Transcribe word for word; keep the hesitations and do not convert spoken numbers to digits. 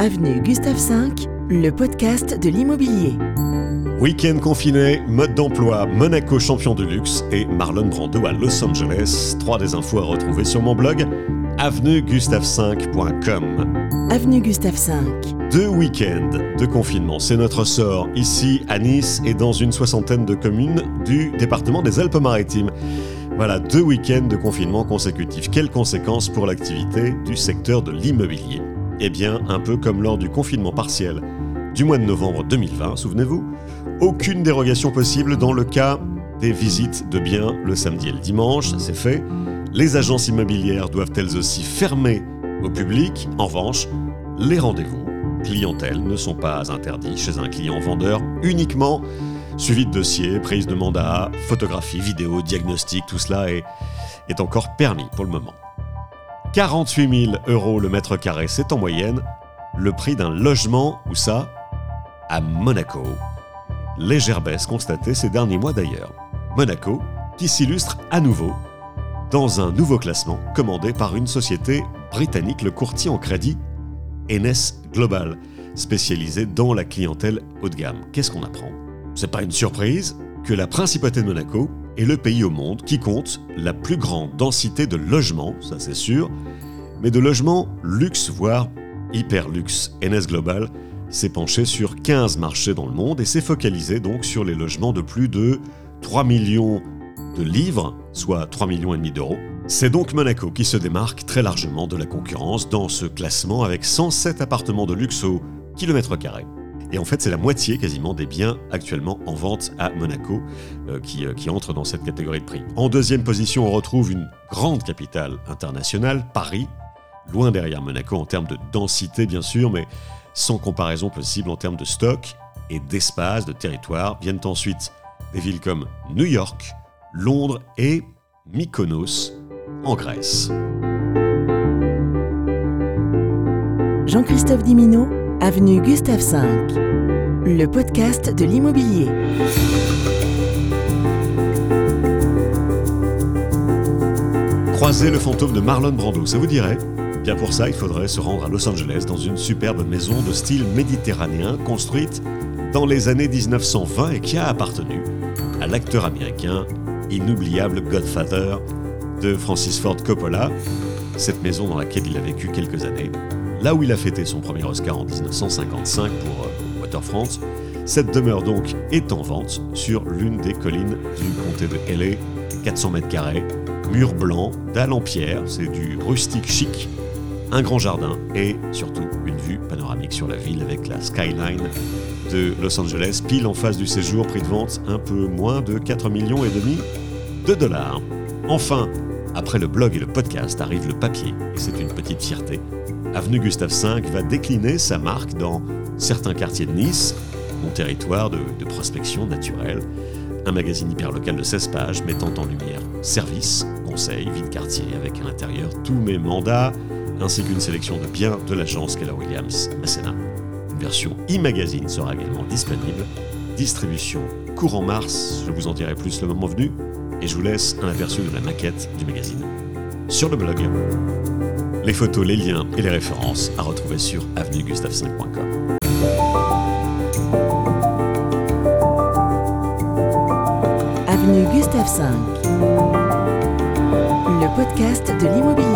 Avenue Gustave cinq, le podcast de l'immobilier. Week-end confiné, mode d'emploi, Monaco champion de luxe et Marlon Brando à Los Angeles. Trois des infos à retrouver sur mon blog avenue gustave cinq point com. Avenue Gustave cinq. Deux week-ends de confinement, c'est notre sort ici à Nice et dans une soixantaine de communes du département des Alpes-Maritimes. Voilà, deux week-ends de confinement consécutifs. Quelles conséquences pour l'activité du secteur de l'immobilier ? Eh bien, un peu comme lors du confinement partiel du mois de novembre deux mille vingt, souvenez-vous, aucune dérogation possible dans le cas des visites de biens le samedi et le dimanche, ça c'est fait. Les agences immobilières doivent elles aussi fermer au public. En revanche, les rendez-vous clientèle ne sont pas interdits chez un client vendeur uniquement. Suivi de dossiers, prise de mandat, photographie, vidéo, diagnostic, tout cela est, est encore permis pour le moment. quarante-huit mille euros le mètre carré, c'est en moyenne le prix d'un logement, où ça ? À Monaco. Légère baisse constatée ces derniers mois d'ailleurs. Monaco, qui s'illustre à nouveau dans un nouveau classement commandé par une société britannique, le courtier en crédit N S Global, spécialisé dans la clientèle haut de gamme. Qu'est-ce qu'on apprend ? C'est pas une surprise que la principauté de Monaco est le pays au monde qui compte la plus grande densité de logements, ça c'est sûr, mais de logements luxe, voire hyper luxe. N S Global s'est penché sur quinze marchés dans le monde et s'est focalisé donc sur les logements de plus de trois millions de livres, soit trois millions et demi d'euros. C'est donc Monaco qui se démarque très largement de la concurrence dans ce classement avec cent sept appartements de luxe au kilomètre carré. Et en fait, c'est la moitié quasiment des biens actuellement en vente à Monaco euh, qui, euh, qui entrent dans cette catégorie de prix. En deuxième position, on retrouve une grande capitale internationale, Paris, loin derrière Monaco en termes de densité bien sûr, mais sans comparaison possible en termes de stock et d'espace, de territoire. Viennent ensuite des villes comme New York, Londres et Mykonos en Grèce. Jean-Christophe Dimino, Avenue Gustave cinq, le podcast de l'immobilier. Croiser le fantôme de Marlon Brando, ça vous dirait ? Bien pour ça, il faudrait se rendre à Los Angeles dans une superbe maison de style méditerranéen construite dans les années dix-neuf cent vingt et qui a appartenu à l'acteur américain inoubliable Godfather de Francis Ford Coppola, cette maison dans laquelle il a vécu quelques années, là où il a fêté son premier Oscar en dix-neuf cent cinquante-cinq pour euh, Waterfront. Cette demeure donc est en vente sur l'une des collines du comté de L A, quatre cents mètres carrés, murs blancs, dalles en pierre, c'est du rustique chic, un grand jardin et surtout une vue panoramique sur la ville avec la skyline de Los Angeles, pile en face du séjour, prix de vente un peu moins de quatre millions et demi de dollars. Enfin, après le blog et le podcast arrive le papier et c'est une petite fierté. Avenue Gustave cinq va décliner sa marque dans certains quartiers de Nice, mon territoire de, de prospection naturelle, un magazine hyper local de seize pages mettant en lumière services, conseils, vie de quartier avec à l'intérieur tous mes mandats, ainsi qu'une sélection de biens de l'agence Keller Williams Masséna. Une version e-magazine sera également disponible. Distribution courant mars, je vous en dirai plus le moment venu, et je vous laisse un aperçu de la maquette du magazine sur le blog. Les photos, les liens et les références à retrouver sur avenue gustave cinq point com. Avenue Gustave cinq, le podcast de l'immobilier.